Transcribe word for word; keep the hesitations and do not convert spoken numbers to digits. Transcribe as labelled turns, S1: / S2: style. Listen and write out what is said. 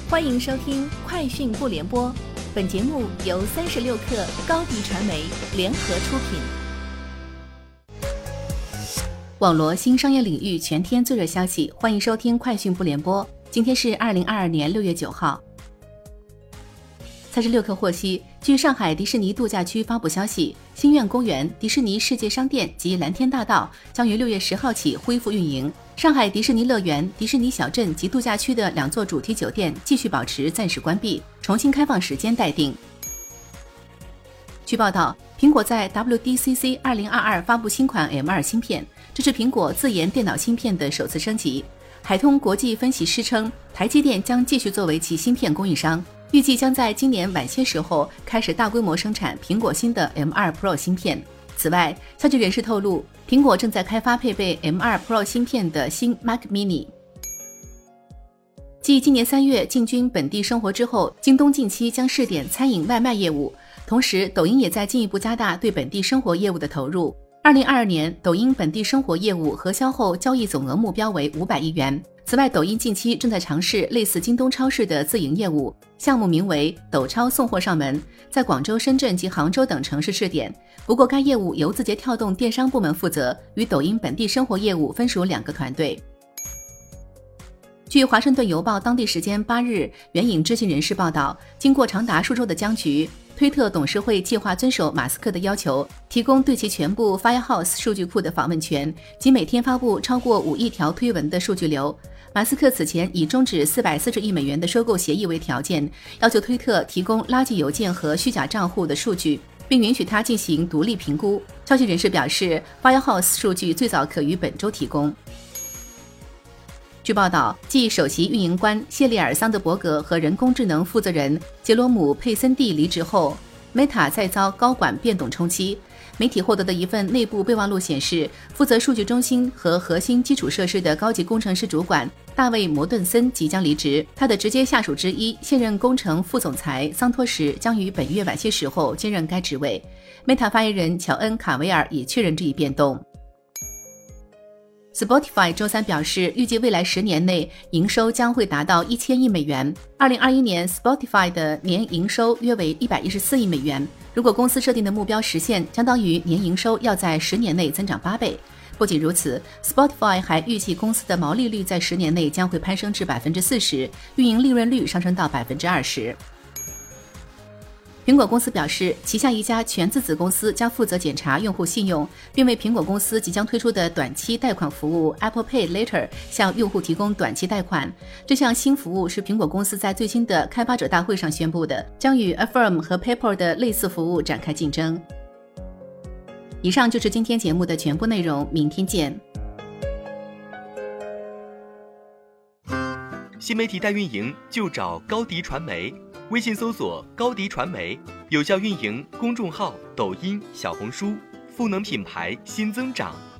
S1: 欢迎收听快讯不联播，本节目由三十六克高低传媒联合出品。网罗新商业领域全天最热消息，欢迎收听快讯不联播。今天是二零二二年六月九号。三十六克获悉，据上海迪士尼度假区发布消息，星愿公园、迪士尼世界商店及蓝天大道将于六月十号起恢复运营。上海迪士尼乐园、迪士尼小镇及度假区的两座主题酒店继续保持暂时关闭，重新开放时间待定。据报道，苹果在 W D C C 二零二二发布新款 M 二 芯片，这是苹果自研电脑芯片的首次升级。海通国际分析师称，台积电将继续作为其芯片供应商，预计将在今年晚些时候开始大规模生产苹果新的 M 二 Pro 芯片。此外，消息人士透露，苹果正在开发配备 M 二 Pro 芯片的新 Mac Mini。继今年三月进军本地生活之后，京东近期将试点餐饮外卖业务，同时抖音也在进一步加大对本地生活业务的投入。二零二二年，抖音本地生活业务核销后交易总额目标为五百亿元。此外，抖音近期正在尝试类似京东超市的自营业务，项目名为抖超送货上门，在广州、深圳及杭州等城市试点。不过该业务由字节跳动电商部门负责，与抖音本地生活业务分属两个团队。据华盛顿邮报当地时间八日援引知情人士报道，经过长达数周的僵局，推特董事会计划遵守马斯克的要求，提供对其全部 Firehouse 数据库的访问权及每天发布超过五亿条推文的数据流。马斯克此前以终止四百四十亿美元的收购协议为条件，要求推特提供垃圾邮件和虚假账户的数据，并允许他进行独立评估。消息人士表示， Firehouse 数据最早可于本周提供。据报道，继首席运营官谢利尔·桑德伯格和人工智能负责人杰罗姆·佩森蒂离职后， Meta 再遭高管变动冲击。媒体获得的一份内部备忘录显示，负责数据中心和核心基础设施的高级工程师主管大卫·摩顿森即将离职，他的直接下属之一现任工程副总裁桑托什将于本月晚些时候接任该职位。Meta 发言人乔恩·卡维尔也确认这一变动。Spotify 周三表示，预计未来十年内营收将会达到一千亿美元。二零二一年 Spotify 的年营收约为一百一十四亿美元。如果公司设定的目标实现，相当于年营收要在十年内增长八倍。不仅如此， Spotify 还预计公司的毛利率在十年内将会攀升至 百分之四十， 运营利润率上升到 百分之二十。苹果公司表示，旗下一家全资子公司将负责检查用户信用，并为苹果公司即将推出的短期贷款服务 Apple Pay Later 向用户提供短期贷款。这项新服务是苹果公司在最新的开发者大会上宣布的，将与 Affirm 和 PayPal 的类似服务展开竞争。以上就是今天节目的全部内容，明天见。
S2: 新媒体代运营就找高迪传媒，微信搜索高迪传媒，有效运营公众号、抖音、小红书，赋能品牌新增长。